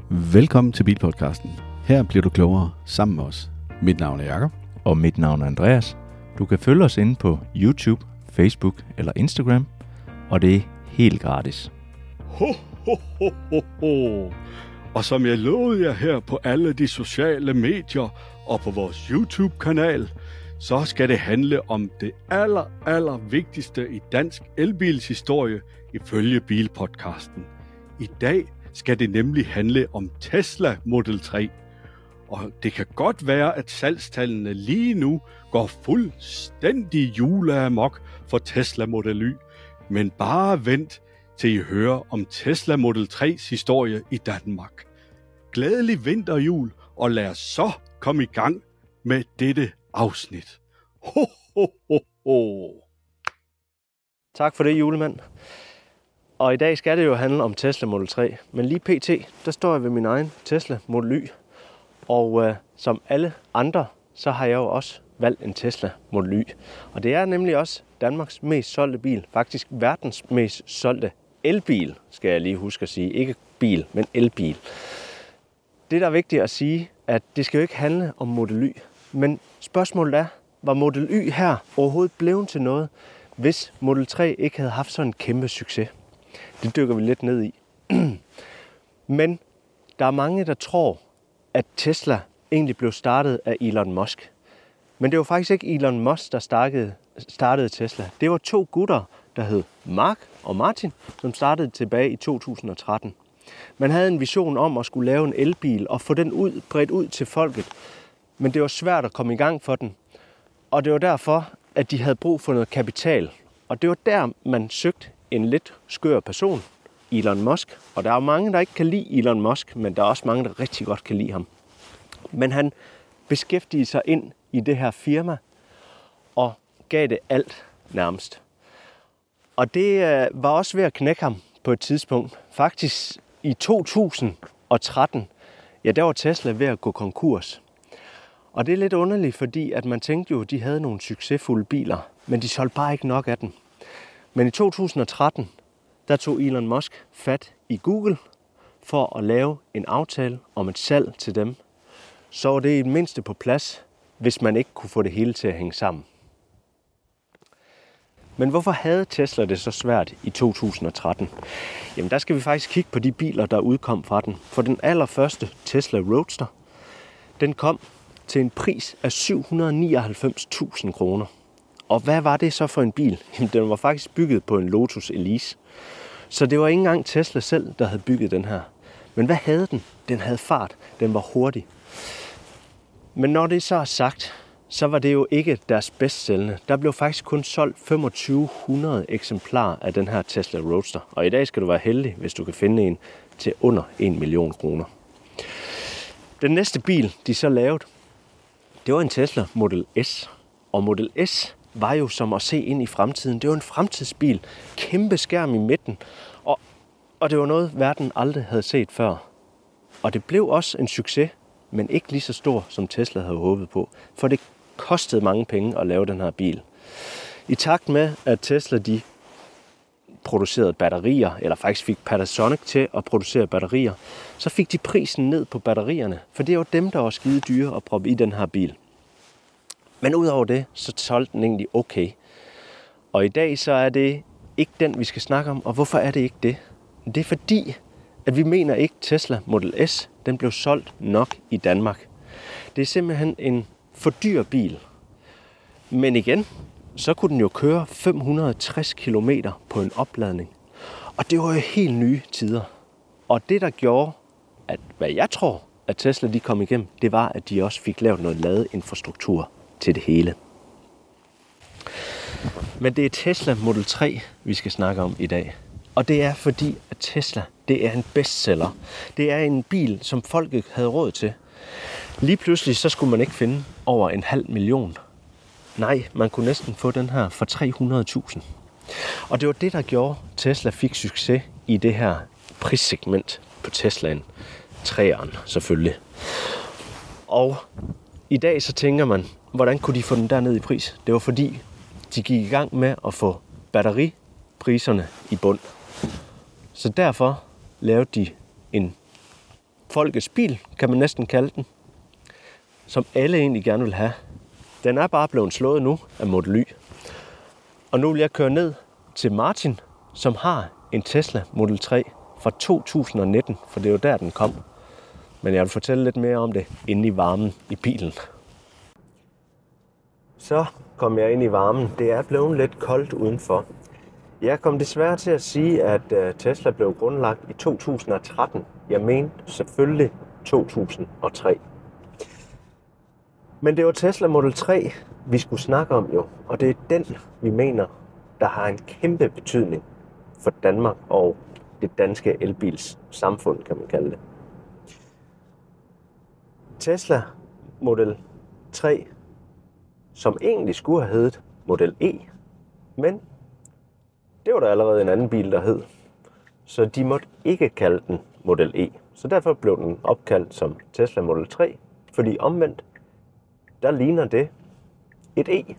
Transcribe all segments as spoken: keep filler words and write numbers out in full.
Velkommen til Bilpodcasten. Her bliver du klogere sammen med os. Mit navn er Jakob. Og mit navn er Andreas. Du kan følge os inde på YouTube, Facebook eller Instagram, og det er helt gratis. Ho, ho, ho, ho, ho. Og som jeg lovede jer her på alle de sociale medier og på vores YouTube-kanal, så skal det handle om det aller, aller vigtigste i dansk elbilshistorie ifølge Bilpodcasten. I dag skal det nemlig handle om Tesla Model tre. Og det kan godt være, at salgstallene lige nu går fuldstændig juleamok for Tesla Model Y. Men bare vent til I hører om Tesla Model tre's historie i Danmark. Glædelig vinterjul, og lad os så komme i gang med dette afsnit. Ho, ho, ho, ho. Tak for det, julemand. Og i dag skal det jo handle om Tesla Model tre. Men lige pt, der står jeg ved min egen Tesla Model Y. Og øh, som alle andre, så har jeg jo også valgt en Tesla Model Y. Og det er nemlig også Danmarks mest solgte bil. Faktisk verdens mest solgte elbil, skal jeg lige huske at sige. Ikke bil, men elbil. Det, der er vigtigt at sige, at det skal jo ikke handle om Model Y. Men spørgsmålet er, var Model Y her overhovedet blevet til noget, hvis Model tre ikke havde haft sådan en kæmpe succes? Det dykker vi lidt ned i. Men der er mange, der tror, at Tesla egentlig blev startet af Elon Musk. Men det var faktisk ikke Elon Musk, der startede, startede Tesla. Det var to gutter, der hed Mark og Martin, som startede tilbage i to tusind og tretten. Man havde en vision om at skulle lave en elbil og få den ud, bredt ud til folket. Men det var svært at komme i gang for den. Og det var derfor, at de havde brug for noget kapital. Og det var der, man søgte en lidt skør person, Elon Musk. Og der er mange, der ikke kan lide Elon Musk, men der er også mange, der rigtig godt kan lide ham. Men han beskæftigede sig ind i det her firma og gav det alt nærmest. Og det øh, var også ved at knække ham på et tidspunkt. Faktisk i to tusind og tretten, ja, der var Tesla ved at gå konkurs. Og det er lidt underligt, fordi at man tænkte jo, at de havde nogle succesfulde biler, men de solgte bare ikke nok af dem. Men i to tusind og tretten, der tog Elon Musk fat i Google for at lave en aftale om et salg til dem. Så var det i det mindste på plads, hvis man ikke kunne få det hele til at hænge sammen. Men hvorfor havde Tesla det så svært i to tusind og tretten? Jamen der skal vi faktisk kigge på de biler, der udkom fra den. For den allerførste Tesla Roadster, den kom til en pris af syv hundrede nioghalvfems tusind kroner. Og hvad var det så for en bil? Jamen, den var faktisk bygget på en Lotus Elise. Så det var ikke engang Tesla selv, der havde bygget den her. Men hvad havde den? Den havde fart. Den var hurtig. Men når det så er sagt, så var det jo ikke deres bedst sælgende. Der blev faktisk kun solgt to tusind fem hundrede eksemplarer af den her Tesla Roadster. Og i dag skal du være heldig, hvis du kan finde en til under en million kroner. Den næste bil, de så lavede, det var en Tesla Model S. Og Model S var jo som at se ind i fremtiden. Det var en fremtidsbil. Kæmpe skærm i midten. Og, og det var noget, verden aldrig havde set før. Og det blev også en succes, men ikke lige så stor, som Tesla havde håbet på. For det kostede mange penge at lave den her bil. I takt med, at Tesla de producerede batterier, eller faktisk fik Panasonic til at producere batterier, så fik de prisen ned på batterierne. For det var dem, der var skide dyre at proppe i den her bil. Men udover det, så solgte den egentlig okay. Og i dag så er det ikke den, vi skal snakke om. Og hvorfor er det ikke det? Det er fordi, at vi mener ikke Tesla Model S, den blev solgt nok i Danmark. Det er simpelthen en for dyr bil. Men igen, så kunne den jo køre fem hundrede og tres kilometer på en opladning. Og det var jo helt nye tider. Og det, der gjorde, at hvad jeg tror, at Tesla de kom igennem, det var, at de også fik lavet noget ladeinfrastruktur til det hele. Men det er Tesla Model tre, vi skal snakke om i dag. Og det er fordi, at Tesla, det er en bestseller. Det er en bil, som folket havde råd til. Lige pludselig, så skulle man ikke finde over en halv million. Nej, man kunne næsten få den her for tre hundrede tusind. Og det var det, der gjorde, at Tesla fik succes i det her prissegment på Teslaen. treeren selvfølgelig. Og i dag så tænker man, hvordan kunne de få den der ned i pris? Det var fordi, de gik i gang med at få batteripriserne i bund. Så derfor lavede de en folkets bil, kan man næsten kalde den, som alle egentlig gerne vil have. Den er bare blevet slået nu af Model Y. Og nu vil jeg køre ned til Martin, som har en Tesla Model tre fra to tusind nitten, for det er jo der, den kom. Men jeg vil fortælle lidt mere om det inde i varmen i bilen. Så kom jeg ind i varmen. Det er blevet lidt koldt udenfor. Jeg kom desværre til at sige, at Tesla blev grundlagt i to tusind tretten. Jeg mente selvfølgelig to tusind tre. Men det var Tesla Model tre, vi skulle snakke om jo. Og det er den, vi mener, der har en kæmpe betydning for Danmark og det danske elbils samfund, kan man kalde det. Tesla Model tre, som egentlig skulle have heddet Model E, men det var der allerede en anden bil, der hed. Så de måtte ikke kalde den Model E. Så derfor blev den opkaldt som Tesla Model tre, fordi omvendt, der ligner det et E.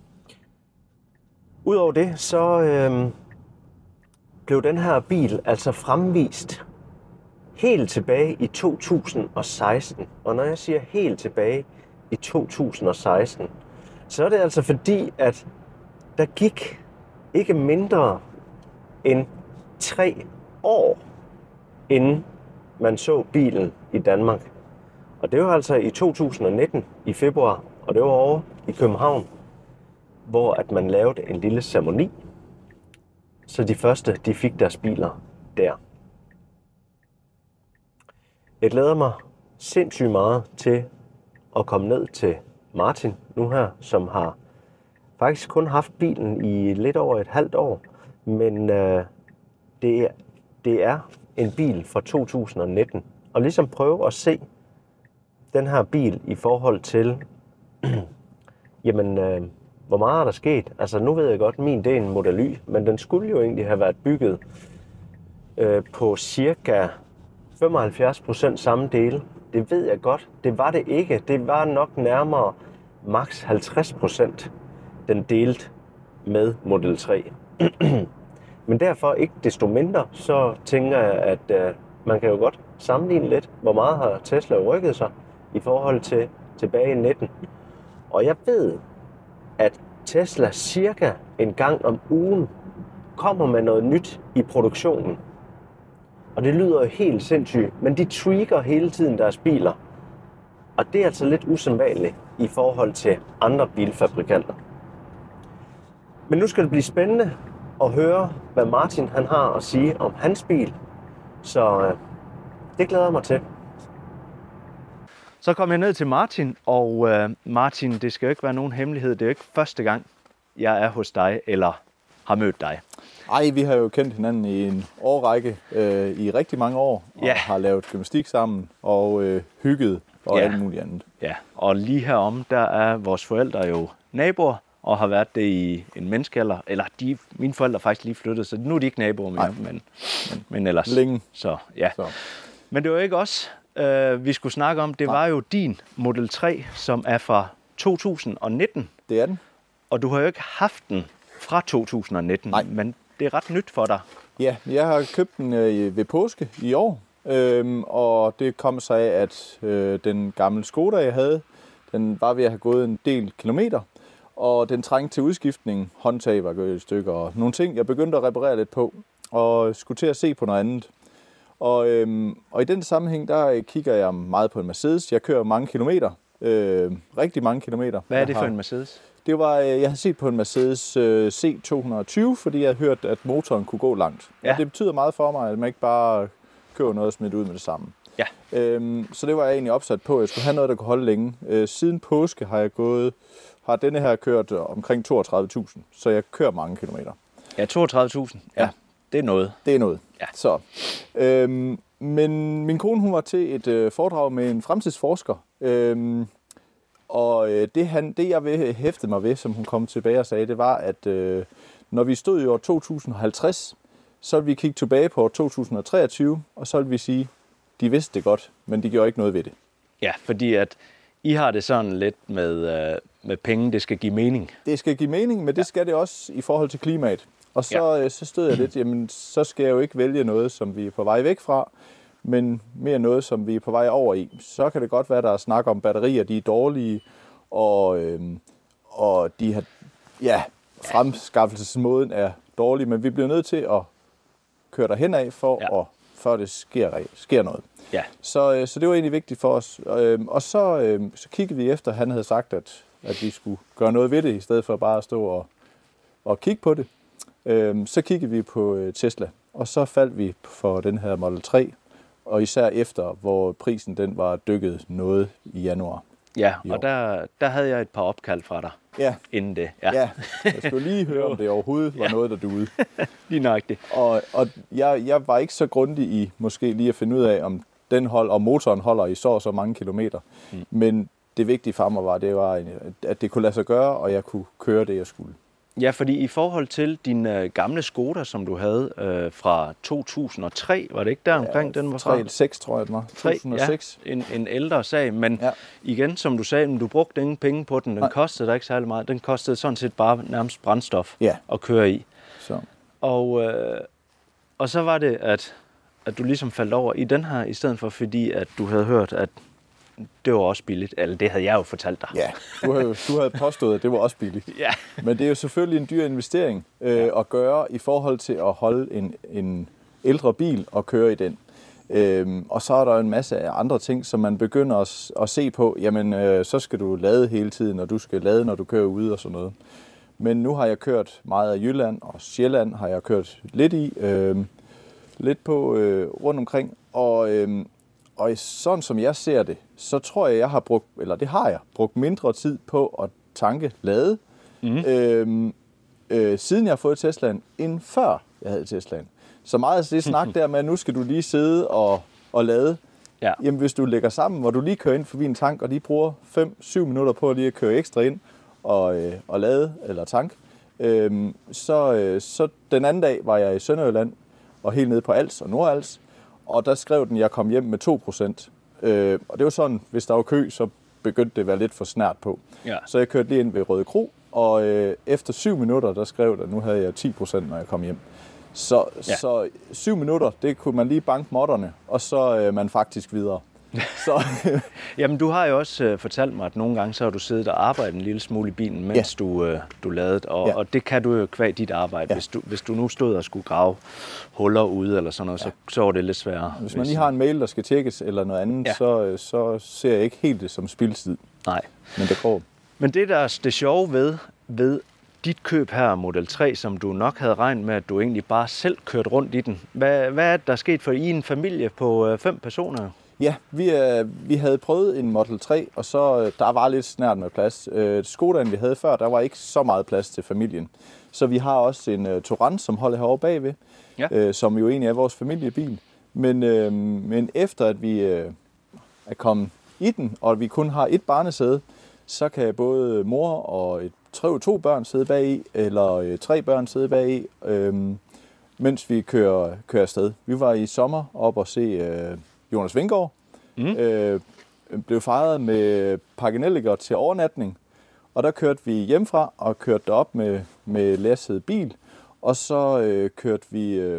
Udover det, så øh, blev den her bil altså fremvist helt tilbage i to tusind seksten. Og når jeg siger helt tilbage i to tusind seksten, så er det altså fordi, at der gik ikke mindre end tre år, inden man så bilen i Danmark. Og det var altså i to tusind nitten i februar, og det var over i København, hvor at man lavede en lille ceremoni, så de første de fik deres biler der. Jeg glæder mig sindssygt meget til at komme ned til Martin nu her, som har faktisk kun haft bilen i lidt over et halvt år, men øh, det, er, det er en bil fra to tusind nitten. Og ligesom prøve at se den her bil i forhold til, jamen, øh, hvor meget er der sket? Altså nu ved jeg godt, min det er en Model Y, men den skulle jo egentlig have været bygget øh, på cirka femoghalvfjerds procent samme dele. Det ved jeg godt. Det var det ikke. Det var nok nærmere maks halvtreds procent, den delte med Model tre. Men derfor ikke desto mindre, så tænker jeg, at øh, man kan jo godt sammenligne lidt, hvor meget har Tesla rykket sig i forhold til tilbage i nitten. Og jeg ved, at Tesla cirka en gang om ugen kommer med noget nyt i produktionen. Og det lyder jo helt sindssygt, men de tweaker hele tiden deres biler. Og det er altså lidt usædvanligt i forhold til andre bilfabrikanter. Men nu skal det blive spændende at høre, hvad Martin han har at sige om hans bil. Så øh, det glæder jeg mig til. Så kom jeg ned til Martin, og øh, Martin, det skal jo ikke være nogen hemmelighed. Det er jo ikke første gang, jeg er hos dig eller har mødt dig. Ej, vi har jo kendt hinanden i en årrække, øh, i rigtig mange år, og ja. har lavet gymnastik sammen og øh, hygget og ja. alt muligt andet. Ja, og lige herom, der er vores forældre jo naboer, og har været det i en menneskealder. Eller de, mine forældre er faktisk lige flyttet, så nu er de ikke naboer mere, men, men, men ellers. Længe. Så, ja. Så. Men det var ikke os, øh, vi skulle snakke om. Det Nej. var jo din Model tre, som er fra to tusind nitten. Det er den. Og du har jo ikke haft den fra to tusind nitten, Nej. men det er ret nyt for dig. Ja, jeg har købt den øh, ved påske i år, øhm, og det kom sig af, at øh, den gamle Skoda, jeg havde, den var ved at have gået en del kilometer, og den trængte til udskiftning. Håndtag var gået i stykker og nogle ting, jeg begyndte at reparere lidt på, og skulle til at se på noget andet. Og, øhm, og i den sammenhæng, der kigger jeg meget på en Mercedes. Jeg kører mange kilometer, øh, rigtig mange kilometer. Hvad er det jeg for har... en Mercedes? Det var, jeg havde set på en Mercedes øh, C to hundrede og tyve, fordi jeg havde hørt, at motoren kunne gå langt. Ja. Og det betyder meget for mig, at man ikke bare kører noget og smider ud med det samme. Ja. Øhm, så det var jeg egentlig opsat på, at jeg skulle have noget, der kunne holde længe. Øh, siden påske har jeg gået, har denne her kørt omkring toogtredive tusind, så jeg kører mange kilometer. Ja, toogtredive tusind. Ja, ja, det er noget. Det er noget. Ja. Så, øhm, men min kone, hun var til et øh, foredrag med en fremtidsforsker, øhm, og øh, det, han, det jeg ved, hæftede mig ved, som hun kom tilbage og sagde, det var, at øh, når vi stod i år to tusind og halvtreds, så ville vi kigge tilbage på år to tusind og treogtyve, og så ville vi sige, de vidste det godt, men de gjorde ikke noget ved det. Ja, fordi at I har det sådan lidt med, øh, med penge, det skal give mening. Det skal give mening, men det ja. skal det også i forhold til klimaet. Og så, ja. øh, så stod jeg lidt, jamen så skal jeg jo ikke vælge noget, som vi er på vej væk fra, men mere noget, som vi er på vej over i. Så kan det godt være, der er snak om batterier, de er dårlige, og, øh, og de har, ja, fremskaffelsesmåden er dårlig, men vi bliver nødt til at køre derhen af, for ja. at, før det sker, sker noget. Ja. Så, øh, så det var egentlig vigtigt for os. Øh, og så, øh, så kiggede vi efter, han havde sagt, at, at vi skulle gøre noget ved det, i stedet for bare at stå og, og kigge på det. Øh, så kiggede vi på øh, Tesla, og så faldt vi for den her Model tre, og især efter, hvor prisen den var dykket noget i januar. Ja, og der, der havde jeg et par opkald fra dig ja. inden det. Ja, ja. Jeg skulle lige høre, om det overhovedet var ja. noget, der duede. Lige nøjagtigt. Og, og jeg, jeg var ikke så grundig i måske lige at finde ud af, om den hold, og motoren holder i så og så mange kilometer. Mm. Men det vigtige for mig var, det var, at det kunne lade sig gøre, og jeg kunne køre det, jeg skulle. Ja, fordi i forhold til din øh, gamle Skoda, som du havde øh, fra to tusind og tre, var det ikke der omkring, ja, den var fra? tre eller seks, tror jeg, den var. to tusind og seks. Ja, en, en ældre sag, men ja. igen, som du sagde, du brugte ingen penge på den, den Nej. kostede dig ikke særlig meget. Den kostede sådan set bare nærmest brændstof ja. at køre i. Så. Og, øh, og så var det, at, at du ligesom faldt over i den her, i stedet for fordi, at du havde hørt, at det var også billigt. Eller det havde jeg jo fortalt dig. Ja, du havde, du havde påstået, at det var også billigt. Ja. Men det er jo selvfølgelig en dyr investering øh, ja. at gøre i forhold til at holde en, en ældre bil og køre i den. Øhm, og så er der en masse andre ting, som man begynder at, at se på. Jamen, øh, så skal du lade hele tiden, og du skal lade, når du kører ude og sådan noget. Men nu har jeg kørt meget af Jylland, og Sjælland har jeg kørt lidt i. Øh, lidt på øh, rundt omkring. Og... Øh, Og sådan som jeg ser det, så tror jeg, jeg har brugt, eller det har jeg, brugt mindre tid på at tanke lade, mm. øhm, øh, siden jeg har fået Teslaen, end før jeg havde Teslaen. Så meget af det snak der med, at nu skal du lige sidde og, og lade. Ja. Jamen hvis du lægger sammen, hvor du lige kører ind forbi en tank, og lige bruger fem til syv minutter på at lige at køre ekstra ind og, øh, og lade eller tank, øh, så, øh, så den anden dag var jeg i Sønderjylland og helt nede på Als og Nordals. Og der skrev den, at jeg kom hjem med to procent. Øh, og det var sådan, hvis der var kø, så begyndte det at være lidt for snært på. Ja. Så jeg kørte lige ind ved Røde Kro, og øh, efter syv minutter, der skrev det, at nu havde jeg ti procent, når jeg kom hjem. Så, ja. så syv minutter, det kunne man lige banke modderne, og så øh, man faktisk videre. Så. Jamen, du har jo også øh, fortalt mig, at nogle gange så har du siddet og arbejdet en lille smule i bilen, mens ja. du, øh, du ladede, og, ja. og det kan du jo kvæg dit arbejde. Ja. Hvis, du, hvis du nu stod og skulle grave huller ude eller sådan noget, ja. så, så var det lidt sværere. Hvis man hvis... lige har en mail, der skal tjekkes eller noget andet, ja. så, så ser jeg ikke helt det som spildtid. Nej. Men det går. Men det der er det sjove ved, ved dit køb her, Model tre, som du nok havde regnet med, at du egentlig bare selv kørte rundt i den. Hvad, hvad er det, der er sket for I en familie på øh, fem personer? Ja, vi, øh, vi havde prøvet en Model tre, og så øh, der var lidt snært med plads. Øh, Skodaen, vi havde før, der var ikke så meget plads til familien. Så vi har også en øh, Touran, som holder herovre bagved, ja. øh, som jo egentlig er vores familiebil. Men, øh, men efter at vi øh, er kommet i den, og vi kun har et barnesæde, så kan både mor og et, tre, to børn sidde bagi, eller øh, tre børn sidde bagi, øh, mens vi kører, kører afsted. Vi var i sommer op og se... Øh, Jonas Vingegaard, mm. øh, blev fejret med pakkenelliker til overnatning, og der kørte vi hjemmefra og kørte derop med, med læsset bil, og så øh, kørte vi øh,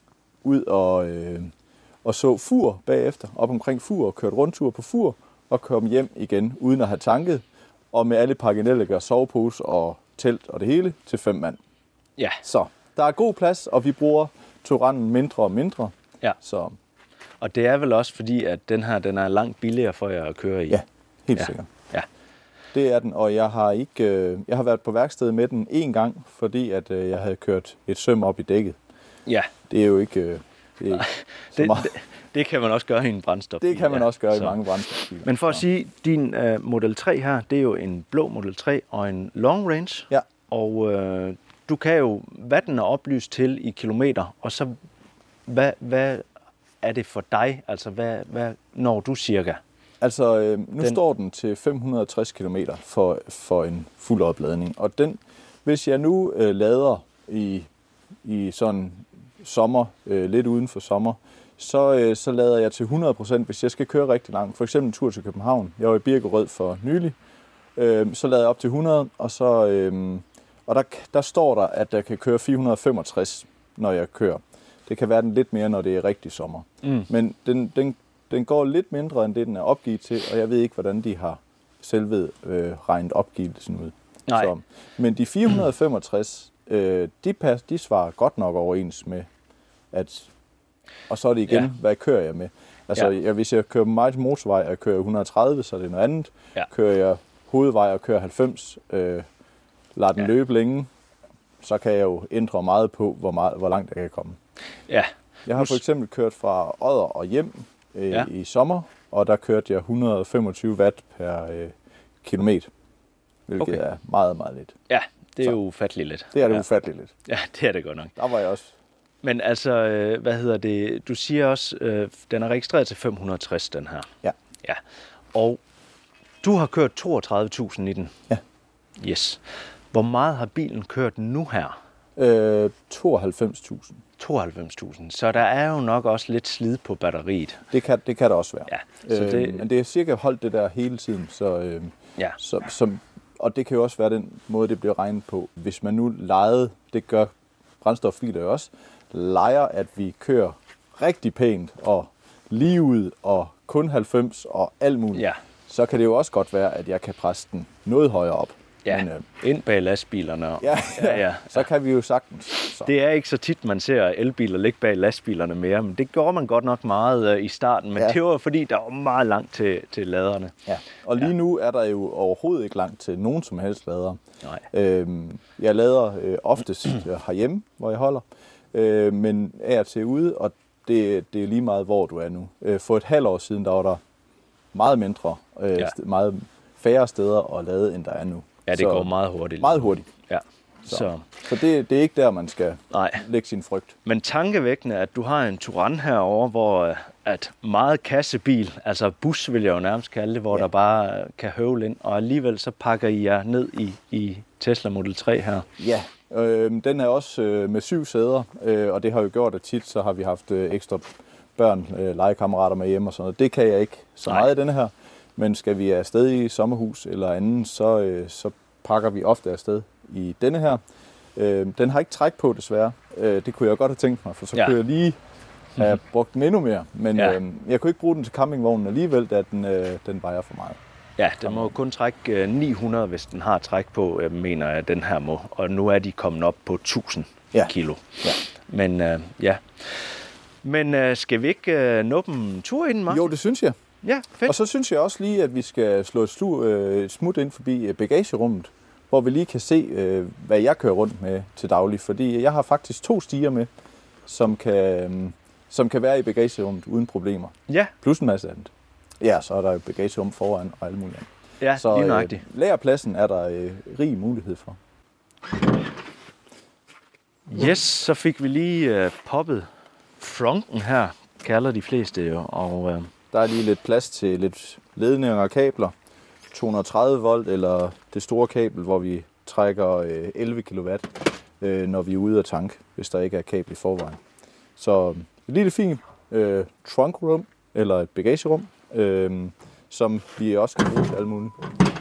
ud og, øh, og så Fur bagefter, op omkring Fur, og kørte rundtur på Fur, og kom hjem igen uden at have tanket, og med alle pakkenelliker, sovepose og telt og det hele til fem mand. Ja. Så der er god plads, og vi bruger Touranen mindre og mindre. Ja. Så. Og det er vel også fordi, at den her den er langt billigere for jer at køre i? Ja, helt ja. sikkert. Ja. Det er den, og jeg har ikke, øh, jeg har været på værksted med den én gang, fordi at øh, jeg havde kørt et søm op i dækket. Ja. Det er jo ikke, øh, det, er ikke det, det, det kan man også gøre i en brændstofbil. Det kan man ja. også gøre så. i mange brændstofbiler. Men for at sige, din uh, Model tre her, det er jo en blå Model tre og en long range. Ja. Og øh, du kan jo, hvad den er oplyst til i kilometer, og så hvad, hvad er det for dig? Altså, hvad, hvad når du cirka? Altså, øh, nu den... står den til fem hundrede og tres kilometer for, for en fuld opladning. Og den, hvis jeg nu øh, lader i, i sådan sommer, øh, lidt uden for sommer, så, øh, så lader jeg til hundrede procent, hvis jeg skal køre rigtig langt. For eksempel en tur til København. Jeg var i Birkerød for nylig. Øh, så lader jeg op til hundrede, og, så, øh, og der, der står der, at jeg kan køre fire hundrede og femogtres, når jeg kører. Det Det kan være den lidt mere, når det er rigtig sommer. Mm. Men den, den, den går lidt mindre, end det, den er opgivet til, og jeg ved ikke, hvordan de har selve øh, regnet opgivelsen ud. Nej. Så, men de fire hundrede og femogtres, øh, de, pas, de svarer godt nok overens med, at... Og så er det igen, ja. Hvad kører jeg med? Altså, ja. jeg, hvis jeg kører meget motorvej, og jeg kører et hundrede og tredive, så er det noget andet. Ja. Kører jeg hovedvej og kører halvfems, øh, lader den ja. løbe længe, så kan jeg jo ændre meget på, hvor, meget, hvor langt jeg kan komme. Ja. Jeg har for eksempel kørt fra Odder og hjem øh, ja. i sommer, og der kørte jeg et hundrede og femogtyve watt per øh, kilometer, hvilket okay. er meget, meget lidt. Ja, det er så. jo ufatteligt lidt. Det er det ja. ufatteligt lidt. Ja, det er det godt nok. Der var jeg også. Men altså, øh, hvad hedder det? Du siger også, øh, den er registreret til fem hundrede og tres, den her. Ja. Ja. Og du har kørt toogtredive tusind i den. Ja. Yes. Hvor meget har bilen kørt nu her? Øh, tooghalvfems tusind. tooghalvfems tusind. Så der er jo nok også lidt slid på batteriet. Det kan, det kan der også være. Ja. Så det... Øh, men det er cirka holdt det der hele tiden. Så, øh, ja. så, som, og det kan jo også være den måde, det bliver regnet på. Hvis man nu lejede, det gør brændstoffiler jo også, lejer, at vi kører rigtig pænt og lige ud og kun halvfems og alt muligt, ja. så kan det jo også godt være, at jeg kan presse den noget højere op. Ja, men, øh, ind bag lastbilerne. Ja, ja, ja. Så kan vi jo sagtens. Så. Det er ikke så tit, man ser elbiler ligge bag lastbilerne mere, men det gjorde man godt nok meget uh, i starten, men ja. det var fordi, der var meget langt til, til laderne. Ja, og lige ja. nu er der jo overhovedet ikke langt til nogen som helst lader. Nej. Øhm, jeg lader øh, oftest herhjemme, hvor jeg holder, øh, men er til ude, og det, det er lige meget, hvor du er nu. Øh, for et halvt år siden, der var der meget mindre, øh, ja. meget færre steder at lade, end der er nu. Ja, det så, går meget hurtigt. Meget hurtigt. Ja. Så, så. så det, det er ikke der, man skal Nej. lægge sin frygt. Men tankevækkende, at du har en Touran herovre, hvor at meget kassebil, altså bus vil jeg jo nærmest kalde det, hvor ja. der bare kan høvle ind, og alligevel så pakker I jer ned i, i Tesla Model tre her. Ja, øh, den er også øh, med syv sæder, øh, og det har jo gjort, at tit så har vi haft øh, ekstra børn, øh, legekammerater med hjemme og sådan noget. Det kan jeg ikke så Nej. meget i denne her. Men skal vi afsted i sommerhus eller anden, så, øh, så pakker vi ofte afsted i denne her. Øh, den har ikke træk på, desværre. Øh, det kunne jeg godt have tænkt mig, for så ja. kunne jeg lige have brugt den endnu mere. Men ja. øh, jeg kunne ikke bruge den til campingvognen alligevel, da den, øh, den vejer for meget. Ja, den må kun trække ni hundrede, hvis den har træk på, jeg mener jeg, den her må. Og nu er de kommet op på tusind ja. kilo. Ja. Men øh, ja. Men øh, skal vi ikke øh, nå en tur i den, Martin? Jo, det synes jeg. Ja, fedt. Og så synes jeg også lige, at vi skal slå et, slu, øh, et smut ind forbi bagagerummet, hvor vi lige kan se, øh, hvad jeg kører rundt med til daglig. Fordi jeg har faktisk to stiger med, som kan, øh, som kan være i bagagerummet uden problemer. Ja. Plus en masse andet. Ja, så er der jo bagagerum foran og alt muligt andet. Ja, så lige nøjagtigt. Øh, lagerpladsen er der øh, rig mulighed for. Yes, så fik vi lige øh, poppet fronten her, kalder de fleste jo. Og, øh, der er lige lidt plads til lidt ledninger og kabler. to hundrede og tredive volt eller det store kabel, hvor vi trækker øh, elleve kilowatt, øh, når vi er ude at tanke, hvis der ikke er kabel i forvejen. Så et lille fint øh, trunkrum eller et bagagerum, øh, som vi også kan bruge til alt muligt.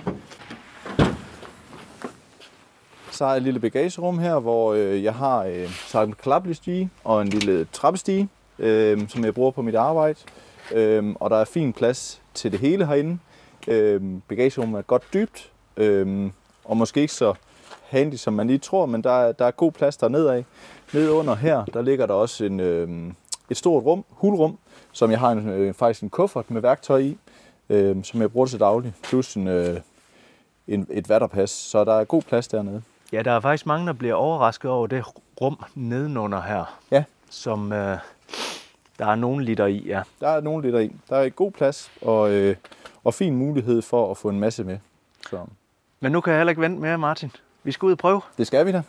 Så har jeg et lille bagagerum her, hvor øh, jeg har øh, så en klaplig stige og en lille trappestige, øh, som jeg bruger på mit arbejde. Øh, og der er fin plads til det hele herinde. Øh, bagagerummet er godt dybt, øh, og måske ikke så handy, som man lige tror, men der er, der er god plads dernede af. Nede under her, der ligger der også en, øh, et stort rum, hulrum, som jeg har en, øh, faktisk en kuffert med værktøj i, øh, som jeg bruger til daglig, plus en, øh, en, et vatterpas, så der er god plads dernede. Ja, der er faktisk mange, der bliver overrasket over det rum nedenunder her, ja. som øh, der er nogle liter i, ja. Der er nogle liter i. Der er et god plads og, øh, og fin mulighed for at få en masse med. Så. Men nu kan jeg heller ikke vente mere, Martin. Vi skal ud og prøve. Det skal vi da.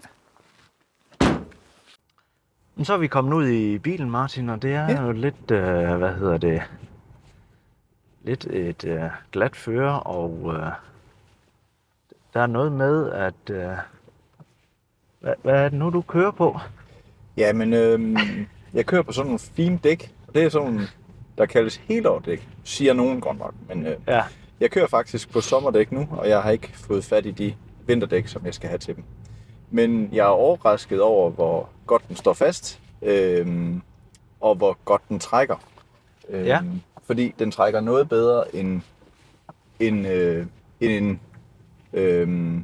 Så er vi kommet ud i bilen, Martin, og det er ja. jo lidt, øh, hvad hedder det, lidt et øh, glat føre, og øh, der er noget med, at, øh, hvad, hvad er det nu, du kører på? Jamen, øh, jeg kører på sådan nogle fine dæk, og det er sådan nogle, der kaldes helårdæk, siger nogen godt nok, men øh, ja. jeg kører faktisk på sommerdæk nu, og jeg har ikke fået fat i de vinterdæk, som jeg skal have til dem. Men jeg er overrasket over, hvor godt den står fast. øhm, og hvor godt den trækker. Øhm, Ja. Fordi den trækker noget bedre end, end, øh, end en, øh,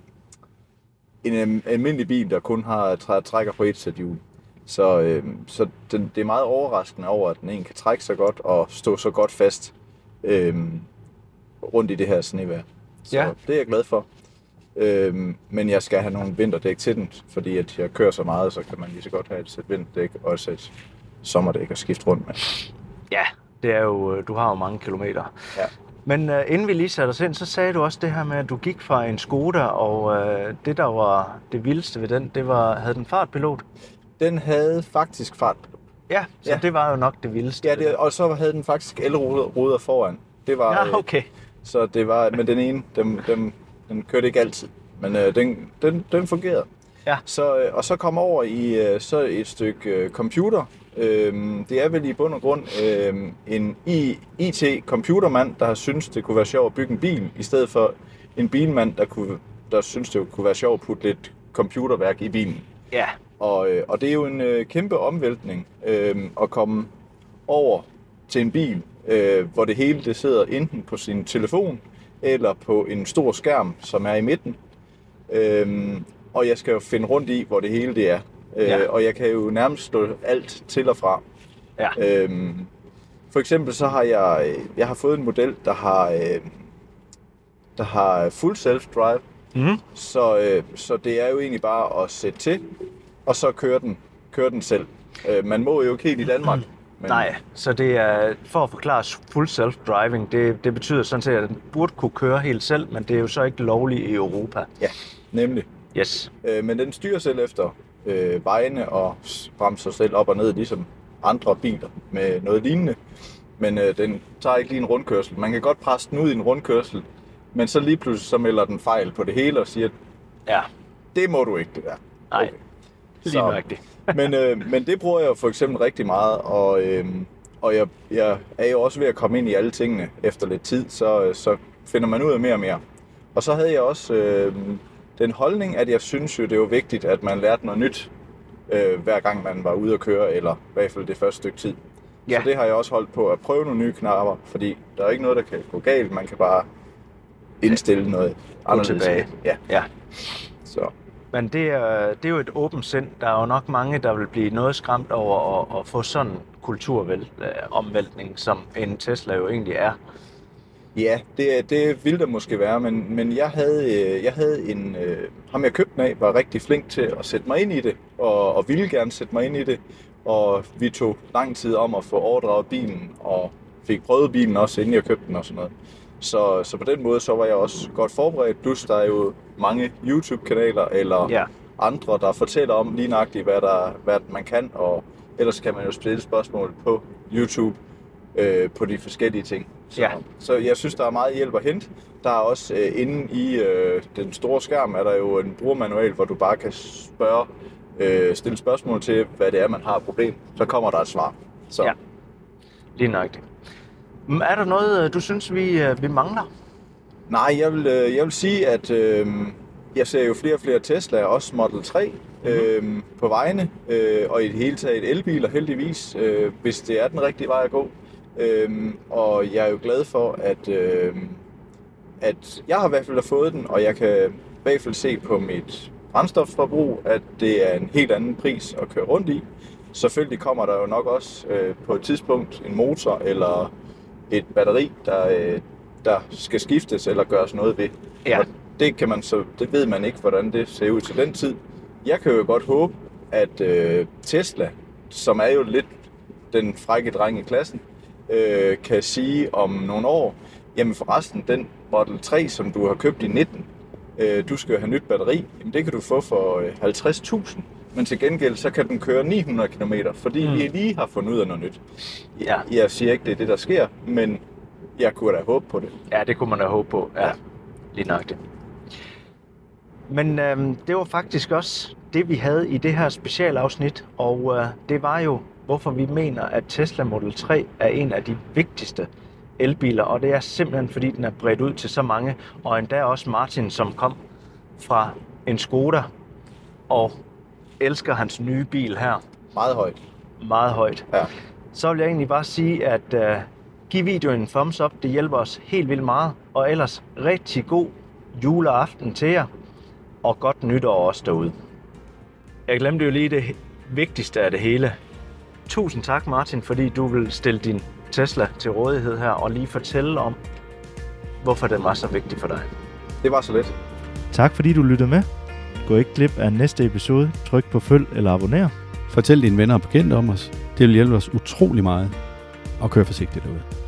en almindelig bil, der kun har træ, trækker på et sæt hjul. Så, øh, så den, det er meget overraskende over, at den en kan trække så godt og stå så godt fast øh, rundt i det her snevejr. Så Ja. det er jeg glad for. Øh, men jeg skal have nogle vinterdæk til den, fordi at jeg kører så meget, så kan man lige så godt have et sæt vinterdæk og et sæt sommerdæk at skifte rundt med. Ja, det er jo, du har jo mange kilometer. Ja. Men uh, inden vi lige satte os ind, så sagde du også det her med, at du gik fra en Skoda, og uh, det, der var det vildeste ved den, det var, havde den fartpilot? Den havde faktisk fartpilot. Ja, så Ja. det var jo nok det vildeste. Ja, det, og så havde den faktisk elruder foran. Det var, Ja, okay. øh, så det var, men den ene, den, den, den kørte ikke altid, men øh, den, den, den fungerede. Ja. Så, øh, og så kom over i øh, så et stykke øh, computer. Øh, det er vel i bund og grund øh, en I T-computermand, der har syntes, det kunne være sjovt at bygge en bil, i stedet for en bilmand, der, kunne, der synes, det kunne være sjovt at putte lidt computerværk i bilen. Ja, Og, øh, og det er jo en øh, kæmpe omvæltning øh, at komme over til en bil, øh, hvor det hele det sidder enten på sin telefon eller på en stor skærm, som er i midten. Øh, og jeg skal jo finde rundt i, hvor det hele det er. Øh, Ja. Og jeg kan jo nærmest stå alt til og fra. ja. Øh, for eksempel så har jeg, øh, jeg har fået en model, der har, øh, der har full self-drive. Mm. Så, øh, så det er jo egentlig bare at sætte til, og så kører den, kører den selv. Øh, man må jo ikke helt i Danmark. Men, Nej, så det er, for at forklare full self-driving, det, det betyder sådan set, at den burde kunne køre helt selv, men det er jo så ikke lovligt i Europa. Ja, nemlig. Yes. Øh, men den styrer selv efter øh, vejene og s- bremser selv op og ned, ligesom andre biler med noget lignende. Men øh, den tager ikke lige en rundkørsel. Man kan godt presse den ud i en rundkørsel, men så lige pludselig så melder den fejl på det hele og siger, Ja, det må du ikke, det der. nej, lige Så- nøjagtigt. men, øh, men det bruger jeg jo for eksempel rigtig meget, og, øh, og jeg, jeg er jo også ved at komme ind i alle tingene efter lidt tid, så, så finder man ud af mere og mere. Og så havde jeg også øh, den holdning, at jeg synes jo, det var vigtigt, at man lærte noget nyt, øh, hver gang man var ude at køre, eller i hvert fald det første stykke tid. Ja. Så det har jeg også holdt på at prøve nogle nye knapper, fordi der er ikke noget, der kan gå galt. Man kan bare indstille noget anderledes. tilbage. Ja, Ja. så. Men det er, det er jo et åbent sind. Der er jo nok mange, der vil blive noget skræmt over at, at få sådan en kulturomvæltning, som en Tesla jo egentlig er. Ja, det, det ville der måske være, men, men jeg havde, øh, jeg havde en, øh, ham jeg købte den af, var rigtig flink til at sætte mig ind i det, og, og ville gerne sætte mig ind i det, og vi tog lang tid om at få overdraget bilen, og fik prøvet bilen også, inden jeg købte den og sådan noget. Så, så på den måde, så var jeg også godt forberedt, plus der er jo mange YouTube-kanaler, eller Ja. andre, der fortæller om lige nøjagtigt, hvad, der, hvad man kan, og ellers kan man jo stille spørgsmål på YouTube, øh, på de forskellige ting. Så, Ja. så jeg synes, der er meget hjælp at hente. Der er også øh, inde i øh, den store skærm, er der jo en brugermanual, hvor du bare kan spørge, øh, stille spørgsmål til, hvad det er, man har et problem. Så kommer der et svar. Så. Ja. Lige nøjagtigt. Men er der noget, du synes, vi, vi mangler? Nej, jeg vil, øh, jeg vil sige, at øh, jeg ser jo flere og flere Teslaer, også Model tre, øh, på vejene, øh, og i det hele taget elbiler heldigvis, øh, hvis det er den rigtige vej at gå. Øh, og jeg er jo glad for, at, øh, at jeg har i hvert fald fået den, og jeg kan i hvert fald se på mit brændstofforbrug, at det er en helt anden pris at køre rundt i. Selvfølgelig kommer der jo nok også øh, på et tidspunkt en motor eller et batteri, der, øh, der skal skiftes eller gøres noget ved. Ja. Og det kan man så, det ved man ikke, hvordan det ser ud til den tid. Jeg kan jo godt håbe, at øh, Tesla, som er jo lidt den frække dreng i klassen, øh, kan sige om nogle år, jamen forresten, den Model tre, som du har købt i nitten, øh, du skal jo have nyt batteri, jamen det kan du få for øh, halvtreds tusind. Men til gengæld, så kan den køre ni hundrede kilometer, fordi mm. vi lige har fundet ud af noget nyt. Ja. Jeg siger ikke, det er det, der sker, men jeg kunne da håbe på det. Ja, det kunne man da håbe på. Ja, Ja. lige nøjagtigt. Men øhm, det var faktisk også det, vi havde i det her specialafsnit, og øh, det var jo, hvorfor vi mener, at Tesla Model tre er en af de vigtigste elbiler, og det er simpelthen, fordi den er bredt ud til så mange, og endda også Martin, som kom fra en Skoda og elsker hans nye bil her. Meget højt. meget højt. Ja. Så vil jeg egentlig bare sige, at uh, giv videoen en thumbs up. Det hjælper os helt vildt meget. Og ellers rigtig god juleaften til jer. Og godt nytår også derude. Jeg glemte jo lige det vigtigste af det hele. Tusind tak, Martin, fordi du vil stille din Tesla til rådighed her og lige fortælle om, hvorfor den var så vigtig for dig. Det var så let. Tak fordi du lyttede med. Gå ikke glip af næste episode. Tryk på følg eller abonner. Fortæl dine venner og bekendte om os. Det vil hjælpe os utrolig meget. Og kør forsigtigt derude.